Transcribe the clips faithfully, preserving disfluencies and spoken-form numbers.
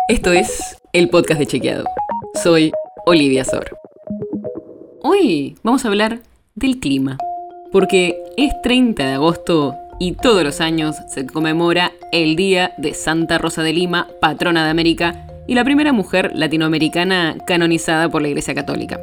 Esto es el podcast de Chequeado. Soy Olivia Sor. Hoy vamos a hablar del clima, porque es treinta de agosto y todos los años se conmemora el Día de Santa Rosa de Lima, patrona de América y la primera mujer latinoamericana canonizada por la Iglesia Católica.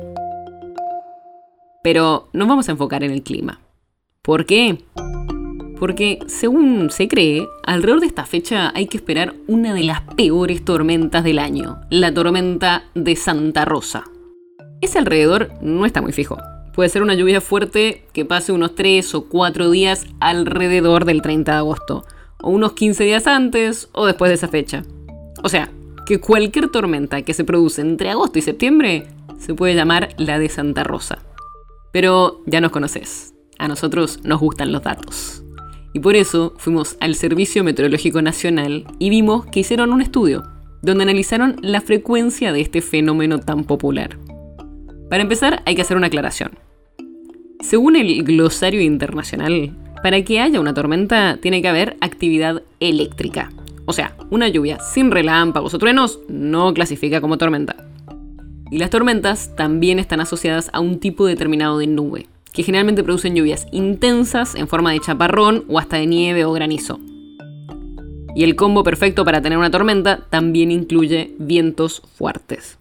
Pero nos vamos a enfocar en el clima. ¿Por qué? Porque, según se cree, alrededor de esta fecha hay que esperar una de las peores tormentas del año, la tormenta de Santa Rosa. Ese alrededor no está muy fijo. Puede ser una lluvia fuerte que pase unos tres o cuatro días alrededor del treinta de agosto, o unos quince días antes o después de esa fecha. O sea, que cualquier tormenta que se produce entre agosto y septiembre se puede llamar la de Santa Rosa. Pero ya nos conoces, a nosotros nos gustan los datos. Y por eso fuimos al Servicio Meteorológico Nacional y vimos que hicieron un estudio donde analizaron la frecuencia de este fenómeno tan popular. Para empezar, hay que hacer una aclaración. Según el Glosario Internacional, para que haya una tormenta tiene que haber actividad eléctrica. O sea, una lluvia sin relámpagos o truenos no clasifica como tormenta. Y las tormentas también están asociadas a un tipo determinado de nube, que generalmente producen lluvias intensas en forma de chaparrón o hasta de nieve o granizo. Y el combo perfecto para tener una tormenta también incluye vientos fuertes.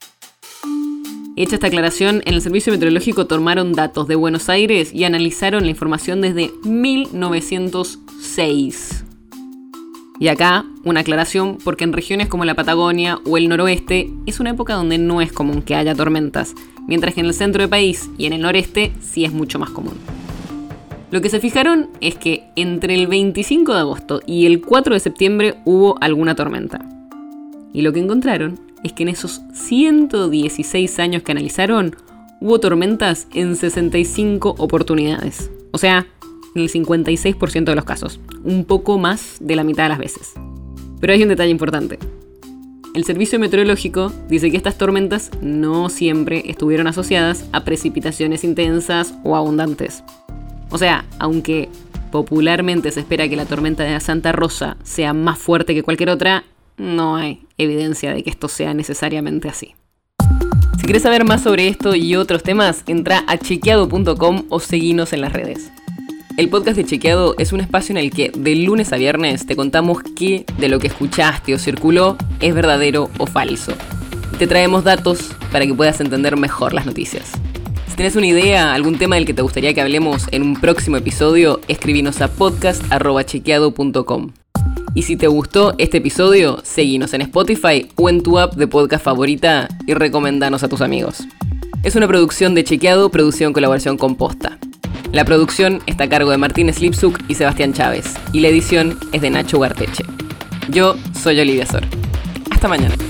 Hecha esta aclaración, en el Servicio Meteorológico tomaron datos de Buenos Aires y analizaron la información desde mil novecientos seis. Y acá, una aclaración, porque en regiones como la Patagonia o el noroeste es una época donde no es común que haya tormentas, mientras que en el centro del país y en el noreste sí es mucho más común. Lo que se fijaron es que entre el veinticinco de agosto y el cuatro de septiembre hubo alguna tormenta. Y lo que encontraron es que en esos ciento dieciséis años que analizaron, hubo tormentas en sesenta y cinco oportunidades. O sea, en el cincuenta y seis por ciento de los casos, un poco más de la mitad de las veces. Pero hay un detalle importante. El Servicio Meteorológico dice que estas tormentas no siempre estuvieron asociadas a precipitaciones intensas o abundantes. O sea, aunque popularmente se espera que la tormenta de Santa Rosa sea más fuerte que cualquier otra, no hay evidencia de que esto sea necesariamente así. Si quieres saber más sobre esto y otros temas, entra a chequeado punto com o seguinos en las redes. El podcast de Chequeado es un espacio en el que de lunes a viernes te contamos qué de lo que escuchaste o circuló es verdadero o falso. Y te traemos datos para que puedas entender mejor las noticias. Si tienes una idea, algún tema del que te gustaría que hablemos en un próximo episodio, escribinos a podcast arroba chequeado punto com. Y si te gustó este episodio, seguinos en Spotify o en tu app de podcast favorita y recomendanos a tus amigos. Es una producción de Chequeado, producción en colaboración con Posta. La producción está a cargo de Martín Slipsuk y Sebastián Chávez, y la edición es de Nacho Garteche. Yo soy Olivia Sor. Hasta mañana.